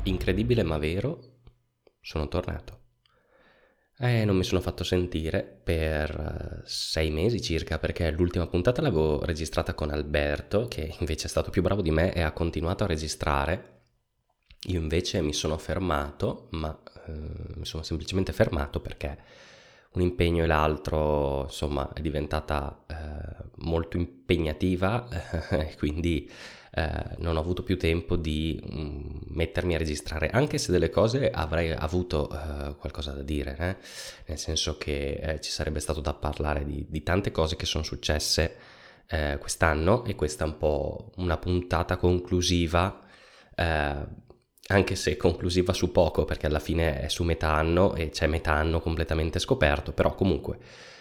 Incredibile ma vero, sono tornato. Non mi sono fatto sentire per 6 mesi circa, perché l'ultima puntata l'avevo registrata con Alberto, che invece è stato più bravo di me e ha continuato a registrare. Io invece mi sono fermato, ma mi sono semplicemente fermato perché un impegno e l'altro, insomma, è diventata molto impegnativa e quindi non ho avuto più tempo di mettermi a registrare, anche se delle cose avrei avuto qualcosa da dire, nel senso che ci sarebbe stato da parlare di tante cose che sono successe quest'anno, e questa è un po' una puntata conclusiva, eh, anche se conclusiva su poco, perché alla fine è su metà anno e c'è metà anno completamente scoperto, però comunque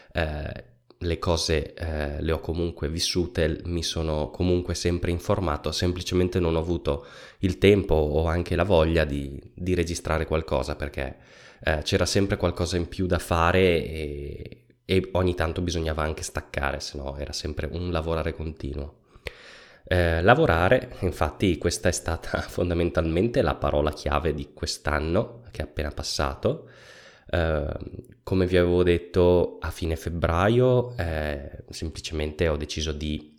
le cose le ho comunque vissute, mi sono comunque sempre informato, semplicemente non ho avuto il tempo o anche la voglia di registrare qualcosa, perché c'era sempre qualcosa in più da fare e ogni tanto bisognava anche staccare, se no era sempre un lavorare continuo. Lavorare, infatti questa è stata fondamentalmente la parola chiave di quest'anno che è appena passato. Eh, Come vi avevo detto a fine febbraio, semplicemente ho deciso di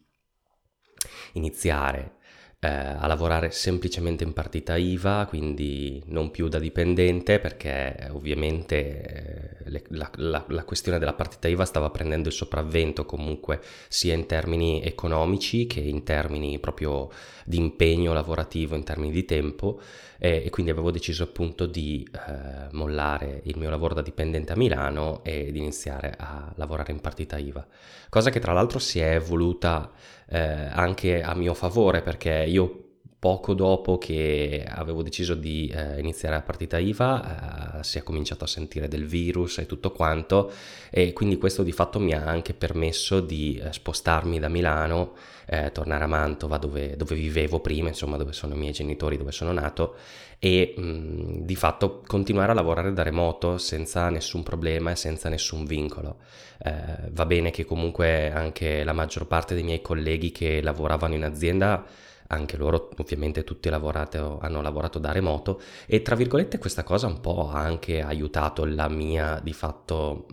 iniziare a lavorare semplicemente in partita IVA, quindi non più da dipendente, perché ovviamente la questione della partita IVA stava prendendo il sopravvento comunque sia in termini economici che in termini proprio di impegno lavorativo, in termini di tempo, e quindi avevo deciso appunto di mollare il mio lavoro da dipendente a Milano e di iniziare a lavorare in partita IVA, cosa che tra l'altro si è evoluta anche a mio favore, perché io poco dopo che avevo deciso di iniziare la partita IVA si è cominciato a sentire del virus e tutto quanto, e quindi questo di fatto mi ha anche permesso di spostarmi da Milano, tornare a Mantova dove vivevo prima, insomma dove sono i miei genitori, dove sono nato, e di fatto continuare a lavorare da remoto senza nessun problema e senza nessun vincolo. Va bene che comunque anche la maggior parte dei miei colleghi che lavoravano in azienda, anche loro ovviamente tutti hanno lavorato da remoto, e tra virgolette questa cosa un po' ha anche aiutato la mia di fatto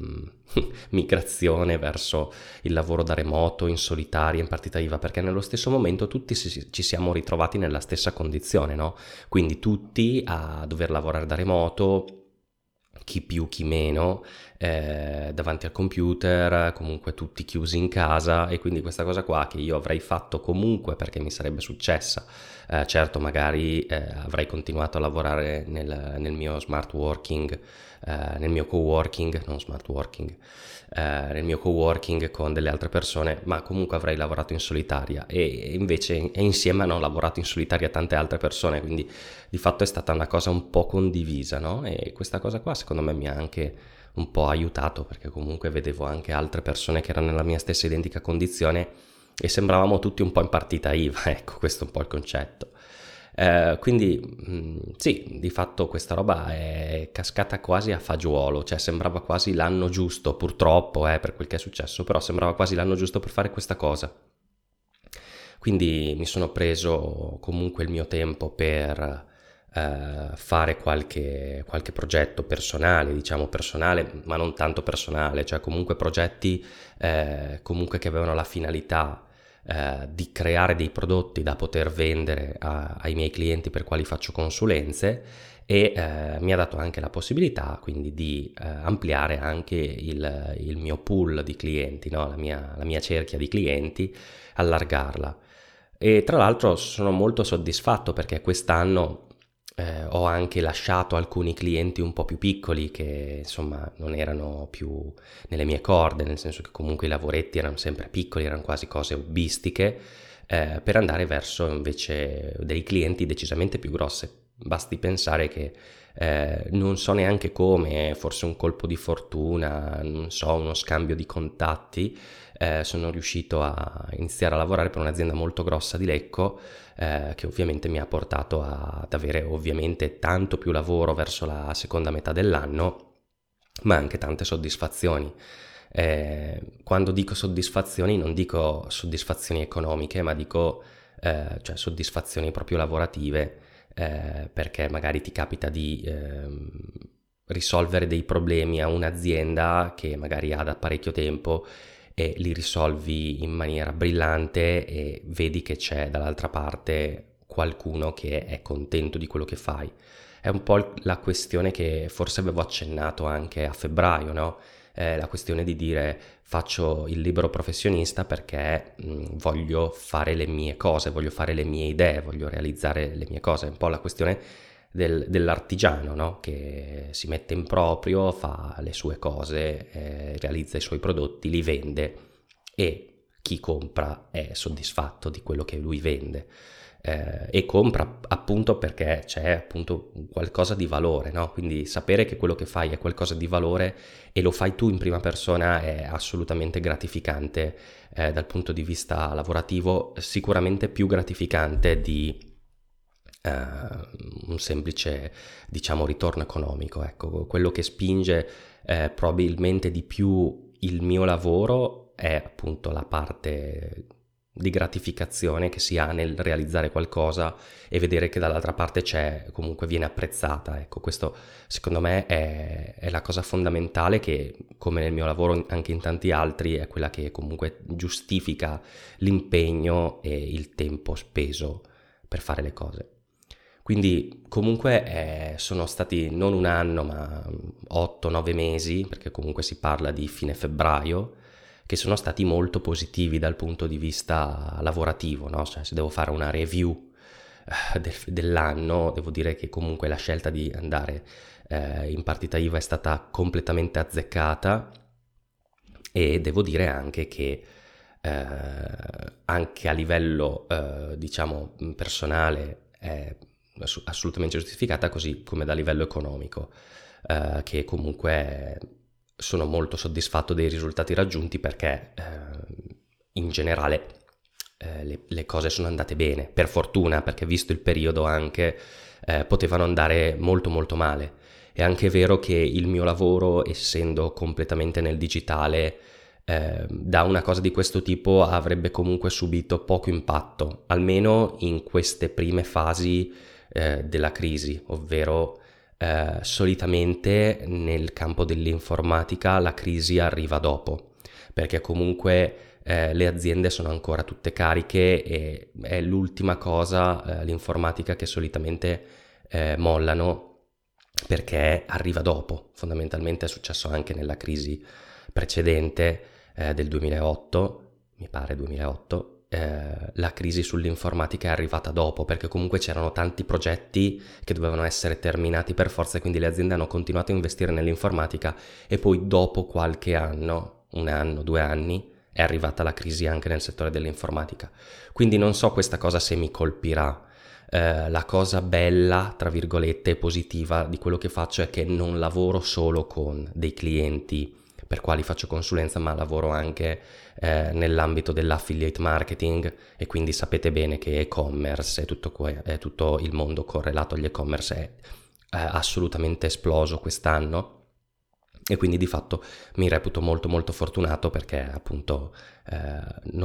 migrazione verso il lavoro da remoto, in solitaria, in partita IVA, perché nello stesso momento tutti ci siamo ritrovati nella stessa condizione, no? Quindi tutti a dover lavorare da remoto, chi più chi meno, davanti al computer, comunque tutti chiusi in casa, e quindi questa cosa qua che io avrei fatto comunque perché mi sarebbe successa, certo magari avrei continuato a lavorare nel mio smart working, nel mio coworking, non smart working, nel mio coworking con delle altre persone, ma comunque avrei lavorato in solitaria, e invece insieme hanno lavorato in solitaria tante altre persone, quindi di fatto è stata una cosa un po' condivisa, no? E questa cosa qua secondo me mi ha anche un po' aiutato, perché comunque vedevo anche altre persone che erano nella mia stessa identica condizione e sembravamo tutti un po' in partita IVA, ecco, questo è un po' il concetto. Quindi sì, di fatto questa roba è cascata quasi a fagiolo, cioè sembrava quasi l'anno giusto, purtroppo per quel che è successo, però sembrava quasi l'anno giusto per fare questa cosa. Quindi mi sono preso comunque il mio tempo per fare qualche progetto personale, diciamo personale, ma non tanto personale, cioè comunque progetti comunque che avevano la finalità di creare dei prodotti da poter vendere ai miei clienti per quali faccio consulenze, e mi ha dato anche la possibilità quindi di ampliare anche il mio pool di clienti, no? La mia cerchia di clienti, allargarla. E tra l'altro sono molto soddisfatto perché quest'anno ho anche lasciato alcuni clienti un po' più piccoli che insomma non erano più nelle mie corde, nel senso che comunque i lavoretti erano sempre piccoli, erano quasi cose hobbistiche, per andare verso invece dei clienti decisamente più grosse. Basti pensare che non so neanche come, forse un colpo di fortuna, non so, uno scambio di contatti, sono riuscito a iniziare a lavorare per un'azienda molto grossa di Lecco, che ovviamente mi ha portato ad avere ovviamente tanto più lavoro verso la seconda metà dell'anno, ma anche tante soddisfazioni. Quando dico soddisfazioni non dico soddisfazioni economiche, ma dico cioè soddisfazioni proprio lavorative, perché magari ti capita di risolvere dei problemi a un'azienda che magari ha da parecchio tempo e li risolvi in maniera brillante e vedi che c'è dall'altra parte qualcuno che è contento di quello che fai. È un po' la questione che forse avevo accennato anche a febbraio, no? La questione di dire faccio il libero professionista perché voglio fare le mie cose, voglio fare le mie idee, voglio realizzare le mie cose. È un po' la questione dell'artigiano, no? Che si mette in proprio, fa le sue cose, realizza i suoi prodotti, li vende e chi compra è soddisfatto di quello che lui vende. E compra appunto perché c'è appunto qualcosa di valore, no? Quindi sapere che quello che fai è qualcosa di valore e lo fai tu in prima persona è assolutamente gratificante dal punto di vista lavorativo, sicuramente più gratificante di un semplice, diciamo, ritorno economico. Ecco, quello che spinge probabilmente di più il mio lavoro è appunto la parte di gratificazione che si ha nel realizzare qualcosa e vedere che dall'altra parte c'è, comunque viene apprezzata. Ecco, questo secondo me è la cosa fondamentale che, come nel mio lavoro anche in tanti altri, è quella che comunque giustifica l'impegno e il tempo speso per fare le cose. Quindi comunque sono stati non un anno ma 8-9 mesi, perché comunque si parla di fine febbraio, che sono stati molto positivi dal punto di vista lavorativo, no? Cioè, se devo fare una review dell'anno, devo dire che comunque la scelta di andare in partita IVA è stata completamente azzeccata e devo dire anche che anche a livello diciamo personale è assolutamente giustificata, così come da livello economico, che comunque sono molto soddisfatto dei risultati raggiunti perché in generale le cose sono andate bene, per fortuna, perché visto il periodo anche potevano andare molto molto male. È anche vero che il mio lavoro, essendo completamente nel digitale, da una cosa di questo tipo avrebbe comunque subito poco impatto, almeno in queste prime fasi della crisi, ovvero solitamente nel campo dell'informatica la crisi arriva dopo, perché comunque le aziende sono ancora tutte cariche e è l'ultima cosa, l'informatica, che solitamente mollano perché arriva dopo. Fondamentalmente è successo anche nella crisi precedente del 2008, mi pare 2008, la crisi sull'informatica è arrivata dopo, perché comunque c'erano tanti progetti che dovevano essere terminati per forza e quindi le aziende hanno continuato a investire nell'informatica e poi dopo qualche anno, 1 anno, 2 anni, è arrivata la crisi anche nel settore dell'informatica. Quindi non so questa cosa se mi colpirà. La cosa bella, tra virgolette, e positiva di quello che faccio è che non lavoro solo con dei clienti per quali faccio consulenza, ma lavoro anche nell'ambito dell'affiliate marketing, e quindi sapete bene che e-commerce e tutto il mondo correlato agli e-commerce è assolutamente esploso quest'anno, e quindi di fatto mi reputo molto molto fortunato perché appunto il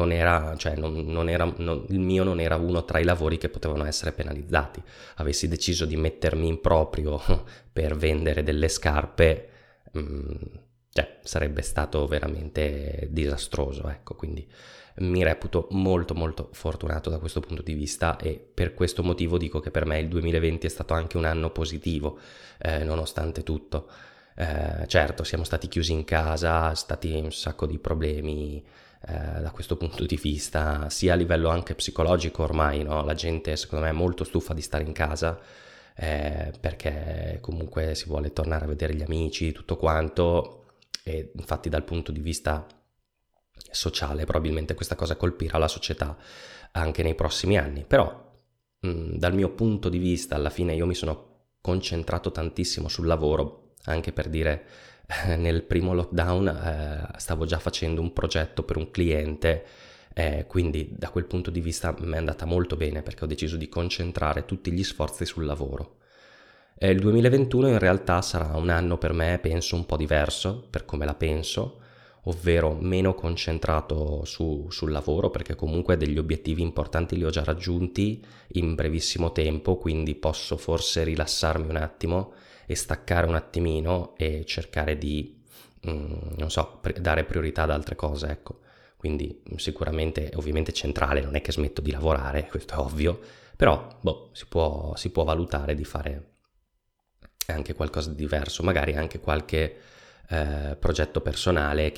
mio non era uno tra i lavori che potevano essere penalizzati. Avessi deciso di mettermi in proprio per vendere delle scarpe, sarebbe stato veramente disastroso, ecco. Quindi mi reputo molto molto fortunato da questo punto di vista, e per questo motivo dico che per me il 2020 è stato anche un anno positivo, nonostante tutto. Certo, siamo stati chiusi in casa, stati un sacco di problemi da questo punto di vista, sia a livello anche psicologico ormai, no? La gente secondo me è molto stufa di stare in casa, perché comunque si vuole tornare a vedere gli amici, tutto quanto, e infatti dal punto di vista sociale probabilmente questa cosa colpirà la società anche nei prossimi anni. Però dal mio punto di vista alla fine io mi sono concentrato tantissimo sul lavoro, anche per dire nel primo lockdown stavo già facendo un progetto per un cliente, quindi da quel punto di vista mi è andata molto bene perché ho deciso di concentrare tutti gli sforzi sul lavoro. Il 2021 in realtà sarà un anno per me, penso, un po' diverso per come la penso, ovvero meno concentrato sul lavoro, perché comunque degli obiettivi importanti li ho già raggiunti in brevissimo tempo, quindi posso forse rilassarmi un attimo e staccare un attimino e cercare di, non so, dare priorità ad altre cose, ecco. Quindi sicuramente, ovviamente centrale, non è che smetto di lavorare, questo è ovvio, però si può valutare di fare anche qualcosa di diverso, magari anche qualche progetto personale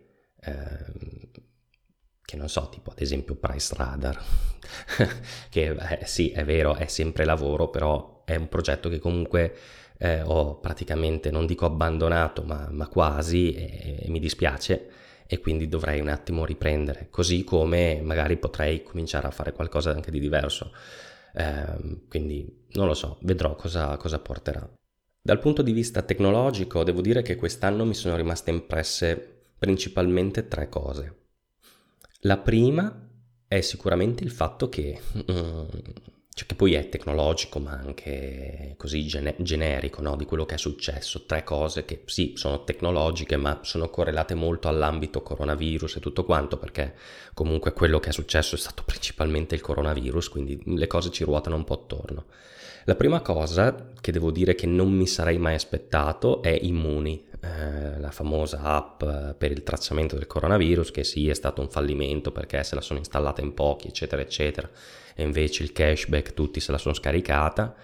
che non so, tipo ad esempio Price Radar, che sì, è vero, è sempre lavoro, però è un progetto che comunque ho praticamente, non dico abbandonato, ma quasi, e mi dispiace, e quindi dovrei un attimo riprendere, così come magari potrei cominciare a fare qualcosa anche di diverso. Quindi non lo so, vedrò cosa porterà. Dal punto di vista tecnologico, devo dire che quest'anno mi sono rimaste impresse principalmente tre cose. La prima è sicuramente il fatto cioè che poi è tecnologico, ma anche così generico, no? Di quello che è successo. Tre cose che sì, sono tecnologiche, ma sono correlate molto all'ambito coronavirus e tutto quanto, perché comunque quello che è successo è stato principalmente il coronavirus, quindi le cose ci ruotano un po' attorno. La prima cosa che devo dire che non mi sarei mai aspettato è Immuni, la famosa app per il tracciamento del coronavirus, che sì, è stato un fallimento perché se la sono installata in pochi, eccetera, eccetera, e invece il cashback tutti se la sono scaricata.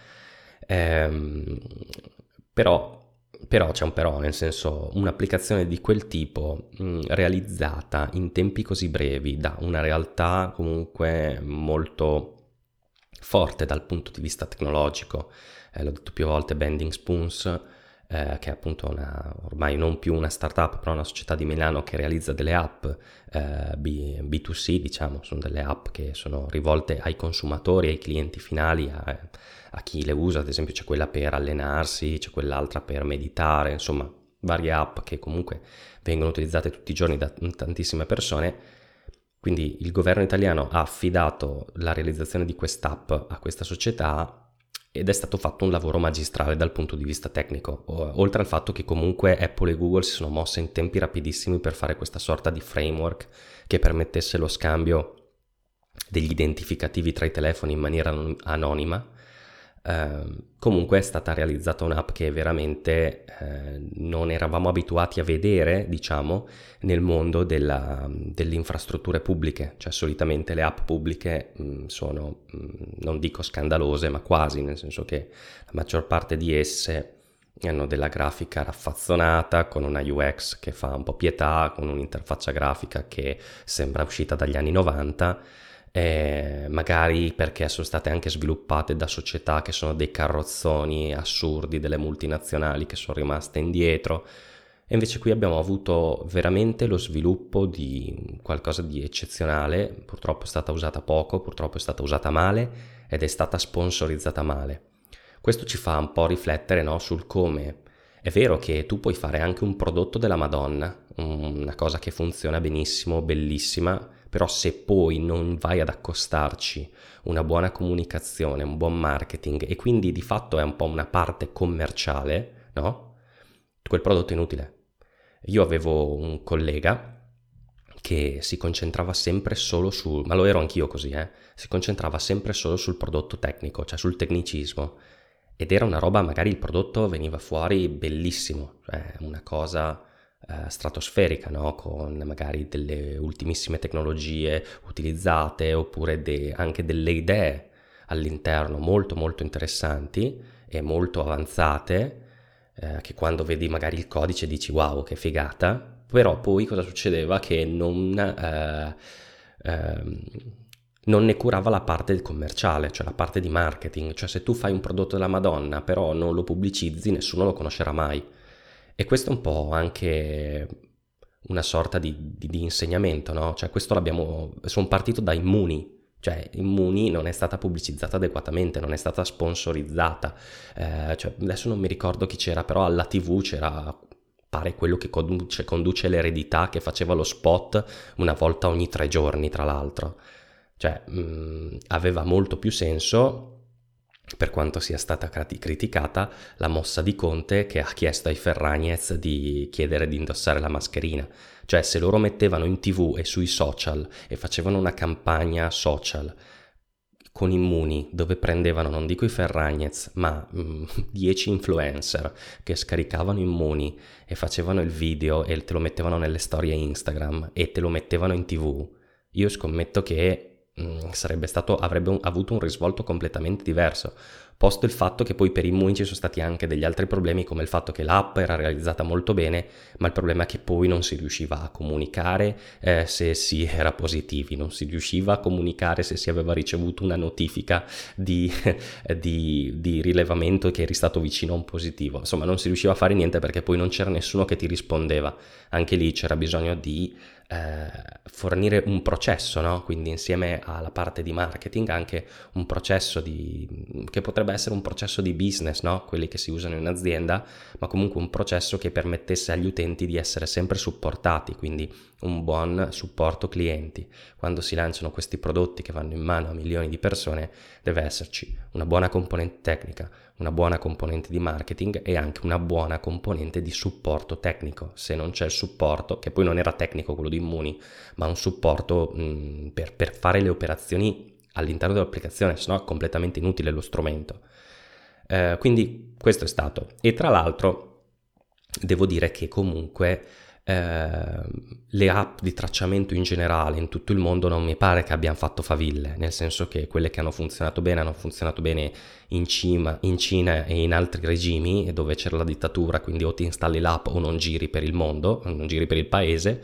Però c'è un però, nel senso, un'applicazione di quel tipo realizzata in tempi così brevi da una realtà comunque molto forte dal punto di vista tecnologico, l'ho detto più volte, Bending Spoons, che è appunto ormai non più una startup, però una società di Milano che realizza delle app B2C, diciamo, sono delle app che sono rivolte ai consumatori, ai clienti finali, a chi le usa. Ad esempio c'è quella per allenarsi, c'è quell'altra per meditare, insomma varie app che comunque vengono utilizzate tutti i giorni da tantissime persone. Quindi il governo italiano ha affidato la realizzazione di quest'app a questa società ed è stato fatto un lavoro magistrale dal punto di vista tecnico, oltre al fatto che comunque Apple e Google si sono mosse in tempi rapidissimi per fare questa sorta di framework che permettesse lo scambio degli identificativi tra i telefoni in maniera anonima. Comunque è stata realizzata un'app che veramente non eravamo abituati a vedere, diciamo, nel mondo delle infrastrutture pubbliche. Cioè solitamente le app pubbliche sono, non dico scandalose, ma quasi, nel senso che la maggior parte di esse hanno della grafica raffazzonata, con una UX che fa un po' pietà, con un'interfaccia grafica che sembra uscita dagli anni 90, magari perché sono state anche sviluppate da società che sono dei carrozzoni assurdi delle multinazionali che sono rimaste indietro. E invece qui abbiamo avuto veramente lo sviluppo di qualcosa di eccezionale. Purtroppo è stata usata poco, purtroppo è stata usata male ed è stata sponsorizzata male. Questo ci fa un po' riflettere, no, sul come è vero che tu puoi fare anche un prodotto della Madonna, una cosa che funziona benissimo, bellissima, però se poi non vai ad accostarci una buona comunicazione, un buon marketing, e quindi di fatto è un po' una parte commerciale, no? Quel prodotto è inutile. Io avevo un collega che si concentrava sempre solo ma lo ero anch'io così, si concentrava sempre solo sul prodotto tecnico, cioè sul tecnicismo, ed era una roba, magari il prodotto veniva fuori bellissimo, cioè una cosa stratosferica, no? Con magari delle ultimissime tecnologie utilizzate, oppure anche delle idee all'interno molto molto interessanti e molto avanzate, che quando vedi magari il codice dici wow, che figata. Però poi cosa succedeva? Che non ne curava la parte commerciale, cioè la parte di marketing. Cioè se tu fai un prodotto della Madonna però non lo pubblicizzi, nessuno lo conoscerà mai. E questo è un po' anche una sorta di insegnamento, no? Cioè questo sono partito da Immuni. Cioè Immuni non è stata pubblicizzata adeguatamente, non è stata sponsorizzata, cioè, adesso non mi ricordo chi c'era, però alla TV c'era, pare quello che conduce l'eredità, che faceva lo spot una volta ogni 3 giorni, tra l'altro. Cioè aveva molto più senso per quanto sia stata criticata, la mossa di Conte che ha chiesto ai Ferragnez di chiedere di indossare la mascherina. Cioè, se loro mettevano in TV e sui social e facevano una campagna social con Immuni, dove prendevano, non dico i Ferragnez, ma 10 influencer che scaricavano Immuni e facevano il video e te lo mettevano nelle storie Instagram e te lo mettevano in TV, io scommetto che avrebbe avuto un risvolto completamente diverso, posto il fatto che poi per Immuni ci sono stati anche degli altri problemi, come il fatto che l'app era realizzata molto bene, ma il problema è che poi non si riusciva a comunicare se si era positivi, non si riusciva a comunicare se si aveva ricevuto una notifica di, di rilevamento che eri stato vicino a un positivo, insomma non si riusciva a fare niente perché poi non c'era nessuno che ti rispondeva. Anche lì c'era bisogno di fornire un processo, no? Quindi insieme alla parte di marketing anche un processo che potrebbe essere un processo di business, no? Quelli che si usano in azienda, ma comunque un processo che permettesse agli utenti di essere sempre supportati, quindi un buon supporto clienti. Quando si lanciano questi prodotti che vanno in mano a milioni di persone deve esserci una buona componente tecnica, una buona componente di marketing e anche una buona componente di supporto tecnico. Se non c'è il supporto, che poi non era tecnico quello di Immuni, ma un supporto per fare le operazioni all'interno dell'applicazione, sennò è completamente inutile lo strumento. Quindi questo è stato. E tra l'altro devo dire che comunque le app di tracciamento in generale in tutto il mondo non mi pare che abbiano fatto faville, nel senso che quelle che hanno funzionato bene in Cina e in altri regimi dove c'era la dittatura, quindi o ti installi l'app o non giri per il mondo, non giri per il paese.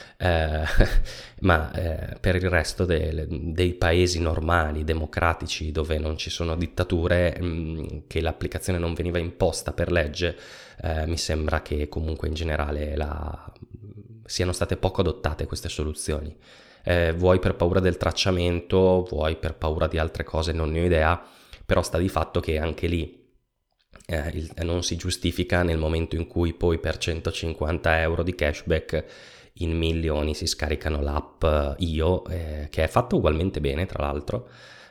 Ma per il resto dei paesi normali, democratici, dove non ci sono dittature, che l'applicazione non veniva imposta per legge, mi sembra che comunque in generale siano state poco adottate queste soluzioni. Vuoi per paura del tracciamento, vuoi per paura di altre cose, non ne ho idea, però sta di fatto che anche lì non si giustifica nel momento in cui poi per 150 euro di cashback in milioni si scaricano l'app Io, che è fatta ugualmente bene tra l'altro,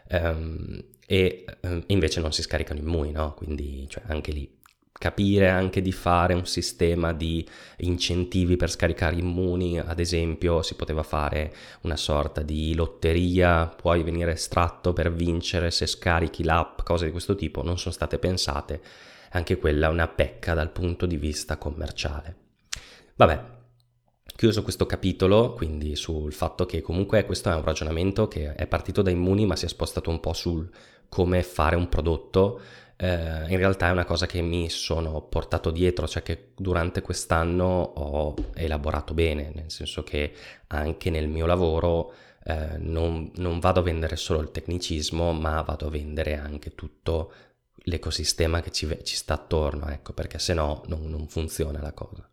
e invece non si scaricano Immuni, no? Quindi cioè, anche lì capire anche di fare un sistema di incentivi per scaricare Immuni, ad esempio si poteva fare una sorta di lotteria, puoi venire estratto per vincere se scarichi l'app, cose di questo tipo non sono state pensate, anche quella è una pecca dal punto di vista commerciale. Vabbè, chiuso questo capitolo, quindi sul fatto che comunque questo è un ragionamento che è partito da Immuni ma si è spostato un po' sul come fare un prodotto. In realtà è una cosa che mi sono portato dietro, cioè che durante quest'anno ho elaborato bene, nel senso che anche nel mio lavoro non vado a vendere solo il tecnicismo, ma vado a vendere anche tutto l'ecosistema che ci sta attorno, ecco, perché se no non funziona la cosa.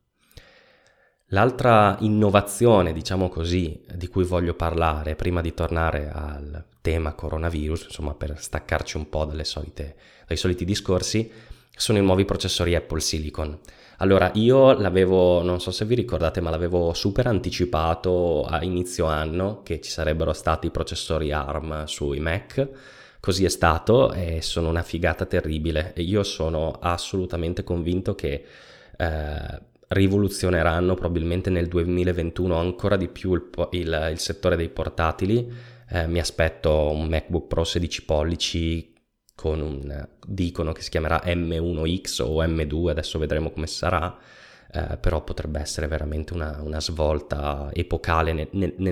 L'altra innovazione, diciamo così, di cui voglio parlare prima di tornare al tema coronavirus, insomma per staccarci un po' dai soliti discorsi, sono i nuovi processori Apple Silicon. Allora, io l'avevo, non so se vi ricordate, ma l'avevo super anticipato a inizio anno che ci sarebbero stati i processori ARM sui Mac. Così è stato e sono una figata terribile e io sono assolutamente convinto che rivoluzioneranno probabilmente nel 2021 ancora di più il settore dei portatili. Mi aspetto un MacBook Pro 16 pollici con dicono che si chiamerà M1X o M2, adesso vedremo come sarà, però potrebbe essere veramente una svolta epocale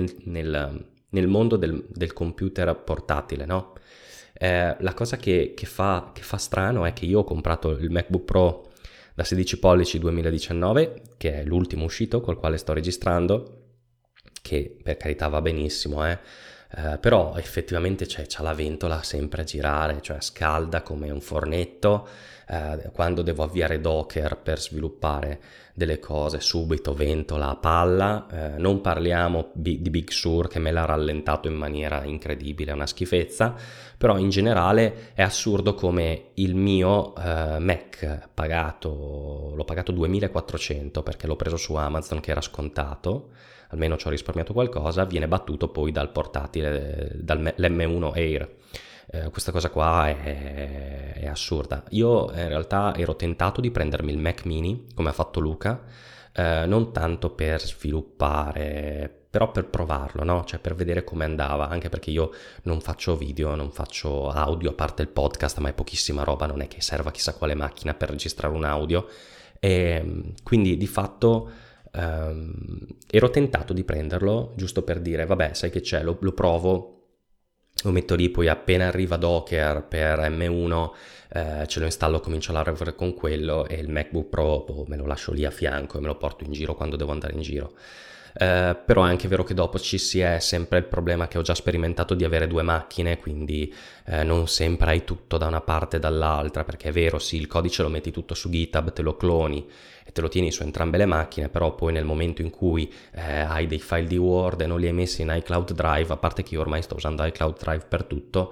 nel mondo del computer portatile, no? La cosa che fa strano è che io ho comprato il MacBook Pro da 16 pollici 2019, che è l'ultimo uscito col quale sto registrando, che per carità va benissimo, però effettivamente c'ha la ventola sempre a girare, cioè scalda come un fornetto. Quando devo avviare Docker per sviluppare delle cose subito ventola a palla. Non parliamo di Big Sur che me l'ha rallentato in maniera incredibile, è una schifezza, però in generale è assurdo come il mio Mac l'ho pagato 2400 perché l'ho preso su Amazon che era scontato, almeno ci ho risparmiato qualcosa, viene battuto poi dal portatile, dall'M1 Air. Questa cosa qua è assurda. Io in realtà ero tentato di prendermi il Mac mini, come ha fatto Luca, non tanto per sviluppare, però per provarlo, no? Cioè per vedere come andava, anche perché io non faccio video, non faccio audio, a parte il podcast, ma è pochissima roba, non è che serva chissà quale macchina per registrare un audio. E quindi di fatto ero tentato di prenderlo giusto per dire, vabbè, sai che c'è, lo provo, lo metto lì, poi appena arriva Docker per M1 ce lo installo, comincio a lavorare con quello e il MacBook Pro me lo lascio lì a fianco e me lo porto in giro quando devo andare in giro. Però è anche vero che dopo ci si è sempre il problema che ho già sperimentato di avere due macchine, quindi non sempre hai tutto da una parte e dall'altra, perché è vero, sì, il codice lo metti tutto su GitHub, te lo cloni e te lo tieni su entrambe le macchine, però poi nel momento in cui hai dei file di Word e non li hai messi in iCloud Drive, a parte che io ormai sto usando iCloud Drive per tutto,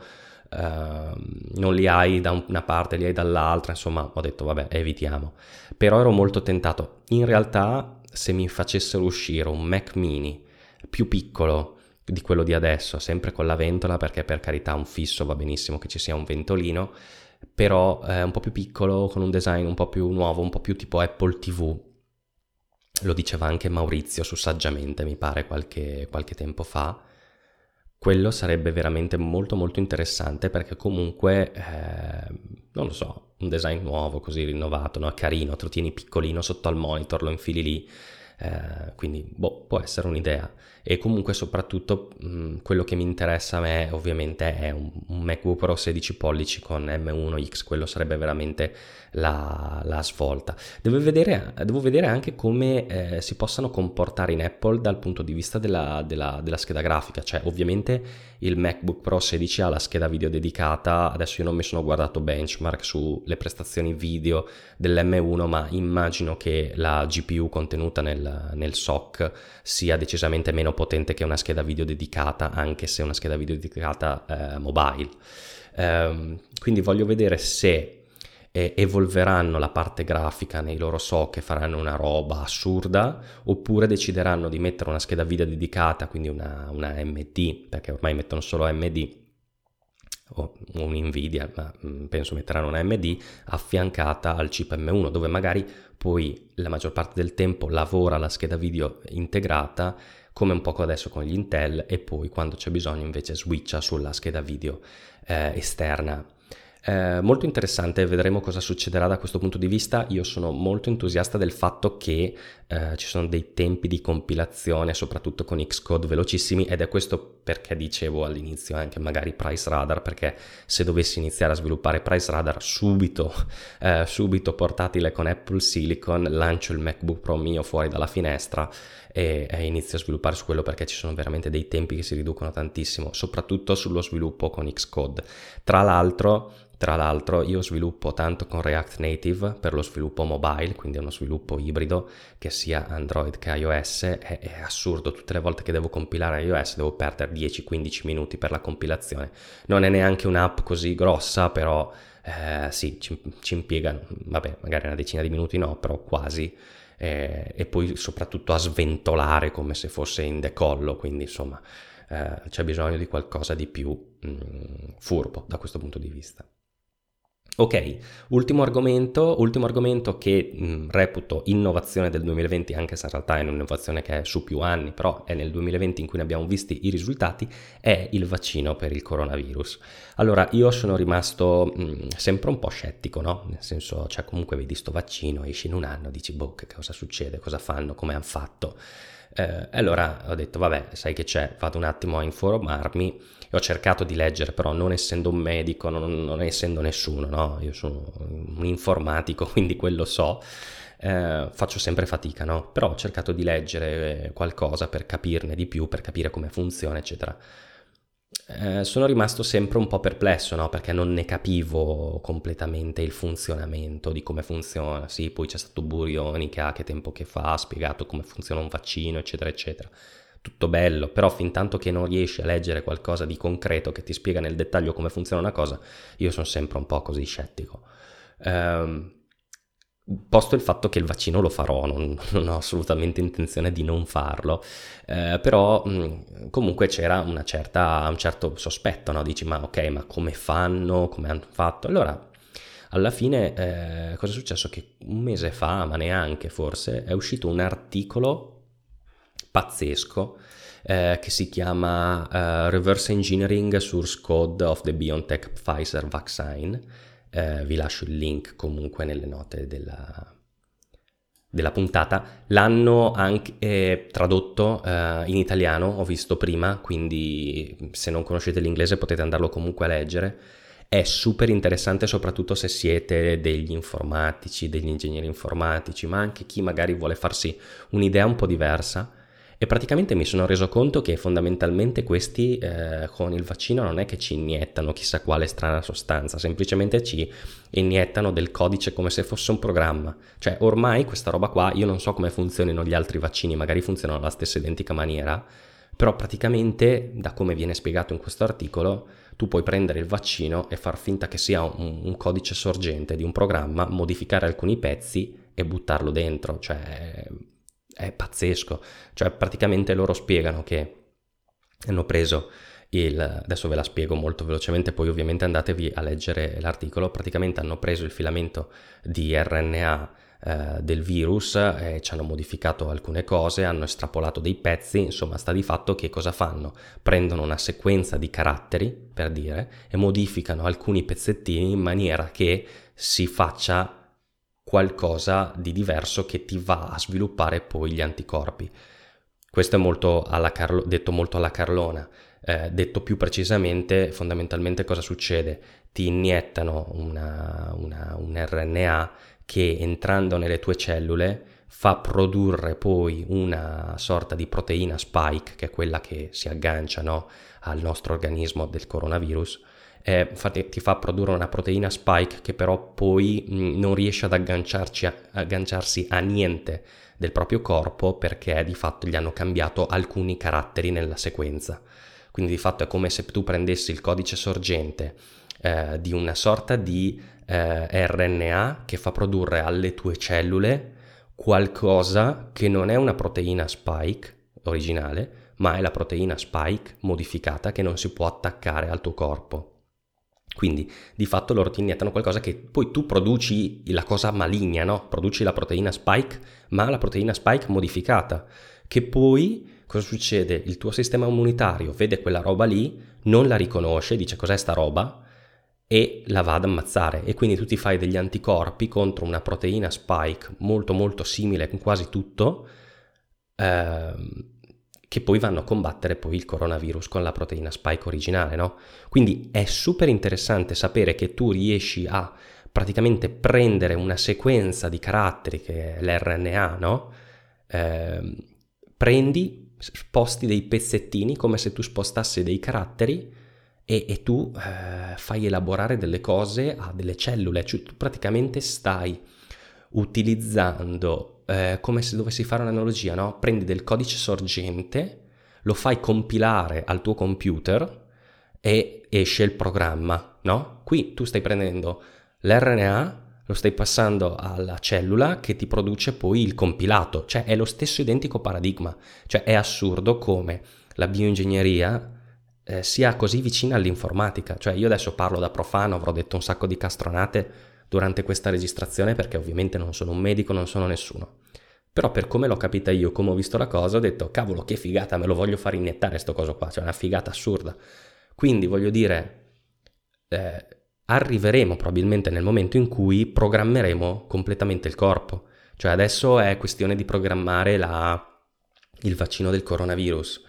non li hai da una parte, li hai dall'altra, insomma ho detto vabbè, evitiamo. Però ero molto tentato. In realtà se mi facessero uscire un Mac mini più piccolo di quello di adesso, sempre con la ventola, perché per carità un fisso va benissimo che ci sia un ventolino, però un po' più piccolo, con un design un po' più nuovo, un po' più tipo Apple TV, lo diceva anche Maurizio su Saggiamente, mi pare qualche tempo fa, quello sarebbe veramente molto molto interessante, perché comunque, non lo so, un design nuovo, così rinnovato, no? Carino, te lo tieni piccolino sotto al monitor, lo infili lì, quindi può essere un'idea. E comunque soprattutto quello che mi interessa a me ovviamente è un MacBook Pro 16 pollici con M1X, quello sarebbe veramente la svolta. Devo vedere anche come si possano comportare in Apple dal punto di vista della scheda grafica, cioè ovviamente il MacBook Pro 16 ha la scheda video dedicata, adesso io non mi sono guardato benchmark sulle prestazioni video dell'M1, ma immagino che la GPU contenuta nel SoC sia decisamente meno potente che una scheda video dedicata, anche se è una scheda video dedicata mobile. Quindi voglio vedere se evolveranno la parte grafica nei loro SoC e faranno una roba assurda, oppure decideranno di mettere una scheda video dedicata, quindi una AMD, perché ormai mettono solo AMD, o un Nvidia, ma penso metteranno una AMD affiancata al chip M1, dove magari poi la maggior parte del tempo lavora la scheda video integrata, come un poco adesso con gli Intel, e poi quando c'è bisogno invece switcha sulla scheda video esterna. Molto interessante, vedremo cosa succederà da questo punto di vista. Io sono molto entusiasta del fatto che ci sono dei tempi di compilazione, soprattutto con Xcode, velocissimi, ed è questo perché dicevo all'inizio anche magari Price Radar, perché se dovessi iniziare a sviluppare Price Radar subito portatile con Apple Silicon, lancio il MacBook Pro mio fuori dalla finestra e inizio a sviluppare su quello, perché ci sono veramente dei tempi che si riducono tantissimo, soprattutto sullo sviluppo con Xcode. Tra l'altro io sviluppo tanto con React Native per lo sviluppo mobile, quindi è uno sviluppo ibrido che sia Android che iOS. È assurdo, tutte le volte che devo compilare iOS devo perdere 10-15 minuti per la compilazione. Non è neanche un'app così grossa, però sì, ci impiega, vabbè, magari una decina di minuti no, però quasi. E poi soprattutto a sventolare come se fosse in decollo, quindi insomma c'è bisogno di qualcosa di più furbo da questo punto di vista. Ok, ultimo argomento che reputo innovazione del 2020, anche se in realtà è un'innovazione che è su più anni, però è nel 2020 in cui ne abbiamo visti i risultati, è il vaccino per il coronavirus. Allora, io sono rimasto sempre un po' scettico, no? Nel senso, cioè comunque vedi sto vaccino, esci in un anno, dici, boh, che cosa succede, cosa fanno, come hanno fatto? Allora ho detto, vabbè, sai che c'è, vado un attimo a informarmi. E ho cercato di leggere, però non essendo un medico, non essendo nessuno, no? Io sono un informatico, quindi quello so, faccio sempre fatica, no? Però ho cercato di leggere qualcosa per capirne di più, per capire come funziona, eccetera. Sono rimasto sempre un po' perplesso, no? Perché non ne capivo completamente il funzionamento, di come funziona. Sì, poi c'è stato Burioni che tempo che fa ha spiegato come funziona un vaccino, eccetera, eccetera. Tutto bello, però fin tanto che non riesci a leggere qualcosa di concreto che ti spiega nel dettaglio come funziona una cosa, io sono sempre un po' così scettico. Posto il fatto che il vaccino lo farò, non ho assolutamente intenzione di non farlo, però comunque c'era un certo sospetto, no? Dici, ma ok, ma come fanno, come hanno fatto? Allora, alla fine, cosa è successo? Che un mese fa, ma neanche forse, è uscito un articolo pazzesco che si chiama Reverse Engineering Source Code of the BioNTech Pfizer Vaccine. Vi lascio il link comunque nelle note della puntata. L'hanno anche tradotto in italiano, ho visto prima, quindi se non conoscete l'inglese potete andarlo comunque a leggere. È super interessante soprattutto se siete degli informatici, degli ingegneri informatici, ma anche chi magari vuole farsi un'idea un po' diversa. E praticamente mi sono reso conto che fondamentalmente questi con il vaccino non è che ci iniettano chissà quale strana sostanza, semplicemente ci iniettano del codice come se fosse un programma. Cioè ormai questa roba qua, io non so come funzionino gli altri vaccini, magari funzionano alla stessa identica maniera, però praticamente da come viene spiegato in questo articolo tu puoi prendere il vaccino e far finta che sia un codice sorgente di un programma, modificare alcuni pezzi e buttarlo dentro, cioè è pazzesco. Cioè praticamente loro spiegano che hanno preso adesso ve la spiego molto velocemente, poi ovviamente andatevi a leggere l'articolo. Praticamente hanno preso il filamento di RNA del virus e ci hanno modificato alcune cose, hanno estrapolato dei pezzi, insomma sta di fatto che cosa fanno? Prendono una sequenza di caratteri, per dire, e modificano alcuni pezzettini in maniera che si faccia qualcosa di diverso che ti va a sviluppare poi gli anticorpi. Questo è molto detto molto alla Carlona. Detto più precisamente, fondamentalmente cosa succede? Ti iniettano un RNA che entrando nelle tue cellule fa produrre poi una sorta di proteina spike, che è quella che si aggancia, no, al nostro organismo del coronavirus. Ti fa produrre una proteina spike che però poi non riesce ad agganciarsi a niente del proprio corpo, perché di fatto gli hanno cambiato alcuni caratteri nella sequenza. Quindi di fatto è come se tu prendessi il codice sorgente di una sorta di RNA che fa produrre alle tue cellule qualcosa che non è una proteina spike originale, ma è la proteina spike modificata che non si può attaccare al tuo corpo. Quindi di fatto loro ti iniettano qualcosa che poi tu produci la cosa maligna, no? Produci la proteina spike, ma la proteina spike modificata, che poi cosa succede? Il tuo sistema immunitario vede quella roba lì, non la riconosce, dice cos'è sta roba e la va ad ammazzare, e quindi tu ti fai degli anticorpi contro una proteina spike molto molto simile in quasi tutto, che poi vanno a combattere poi il coronavirus con la proteina spike originale, no? Quindi è super interessante sapere che tu riesci a praticamente prendere una sequenza di caratteri che è l'RNA, no? Sposti dei pezzettini come se tu spostassi dei caratteri e tu fai elaborare delle cose a delle cellule, cioè tu praticamente stai utilizzando come se dovessi fare un'analogia, no? Prendi del codice sorgente, lo fai compilare al tuo computer e esce il programma, no? Qui tu stai prendendo l'RNA, lo stai passando alla cellula che ti produce poi il compilato, cioè è lo stesso identico paradigma, cioè è assurdo come la bioingegneria sia così vicina all'informatica. Cioè io adesso parlo da profano, avrò detto un sacco di castronate durante questa registrazione perché ovviamente non sono un medico, non sono nessuno, però per come l'ho capita io, come ho visto la cosa, ho detto cavolo che figata, me lo voglio far iniettare sto coso qua, cioè una figata assurda. Quindi voglio dire, arriveremo probabilmente nel momento in cui programmeremo completamente il corpo, cioè adesso è questione di programmare il vaccino del coronavirus.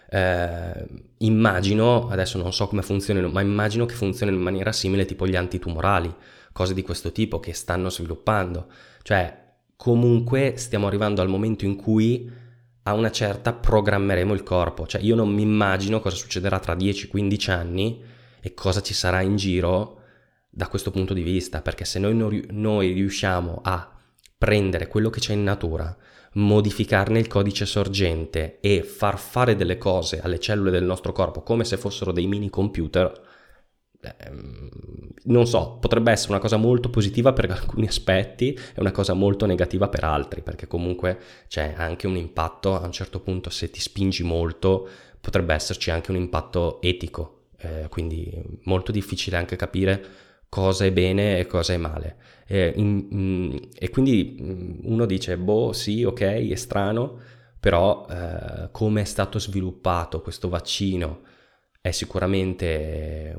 Immagino, adesso non so come funzionino, ma immagino che funzionino in maniera simile tipo gli antitumorali, cose di questo tipo che stanno sviluppando. Cioè comunque stiamo arrivando al momento in cui a una certa programmeremo il corpo. Cioè io non mi immagino cosa succederà tra 10-15 anni e cosa ci sarà in giro da questo punto di vista, perché se noi riusciamo a prendere quello che c'è in natura, modificarne il codice sorgente e far fare delle cose alle cellule del nostro corpo come se fossero dei mini computer, non so, potrebbe essere una cosa molto positiva per alcuni aspetti e una cosa molto negativa per altri, perché comunque c'è anche un impatto, a un certo punto se ti spingi molto potrebbe esserci anche un impatto etico, quindi molto difficile anche capire cosa è bene e cosa è male. E quindi uno dice, boh, sì, ok, è strano, però come è stato sviluppato questo vaccino è sicuramente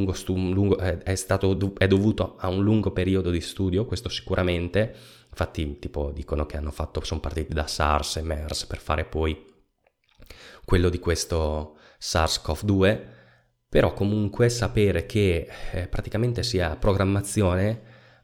è dovuto a un lungo periodo di studio, questo sicuramente. Infatti tipo dicono che sono partiti da SARS e MERS per fare poi quello di questo SARS-CoV-2, però comunque sapere che praticamente sia programmazione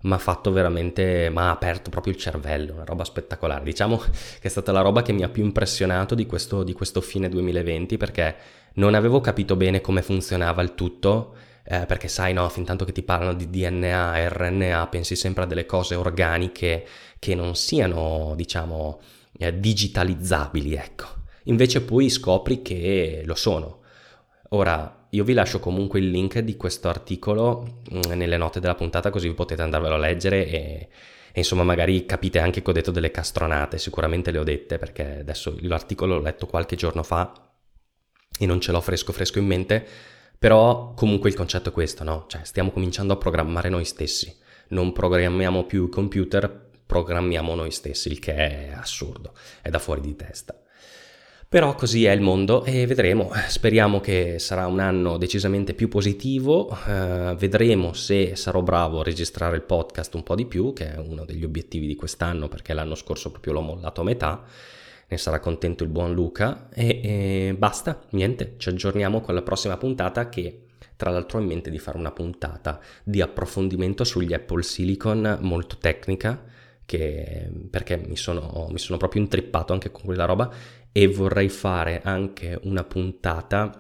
mi ha aperto proprio il cervello, una roba spettacolare. Diciamo che è stata la roba che mi ha più impressionato di questo fine 2020, perché non avevo capito bene come funzionava il tutto, perché sai, no, fin tanto che ti parlano di DNA e RNA pensi sempre a delle cose organiche che non siano, diciamo, digitalizzabili, ecco. Invece poi scopri che lo sono. Ora, io vi lascio comunque il link di questo articolo nelle note della puntata, così potete andarvelo a leggere e insomma magari capite anche che ho detto delle castronate, sicuramente le ho dette perché adesso l'articolo l'ho letto qualche giorno fa e non ce l'ho fresco in mente, però comunque il concetto è questo, no? Cioè stiamo cominciando a programmare noi stessi, non programmiamo più i computer, programmiamo noi stessi, il che è assurdo, è da fuori di testa. Però così è il mondo e vedremo, speriamo che sarà un anno decisamente più positivo, vedremo se sarò bravo a registrare il podcast un po' di più, che è uno degli obiettivi di quest'anno, perché l'anno scorso proprio l'ho mollato a metà, ne sarà contento il buon Luca e basta, niente, ci aggiorniamo con la prossima puntata, che tra l'altro ho in mente di fare una puntata di approfondimento sugli Apple Silicon molto tecnica, perché mi sono proprio intrippato anche con quella roba, e vorrei fare anche una puntata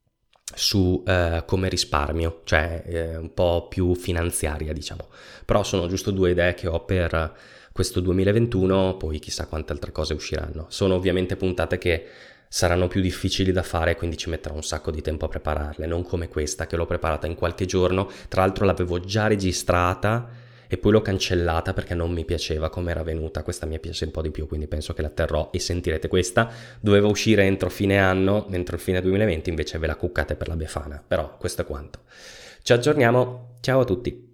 su come risparmio, cioè un po' più finanziaria, diciamo. Però sono giusto due idee che ho per questo 2021, poi chissà quante altre cose usciranno. Sono ovviamente puntate che saranno più difficili da fare, quindi ci metterò un sacco di tempo a prepararle, non come questa che l'ho preparata in qualche giorno. Tra l'altro l'avevo già registrata e poi l'ho cancellata perché non mi piaceva come era venuta. Questa mi piace un po' di più, quindi penso che la terrò e sentirete questa. Doveva uscire entro fine anno, entro il fine 2020, invece ve la cuccate per la Befana. Però questo è quanto. Ci aggiorniamo, ciao a tutti!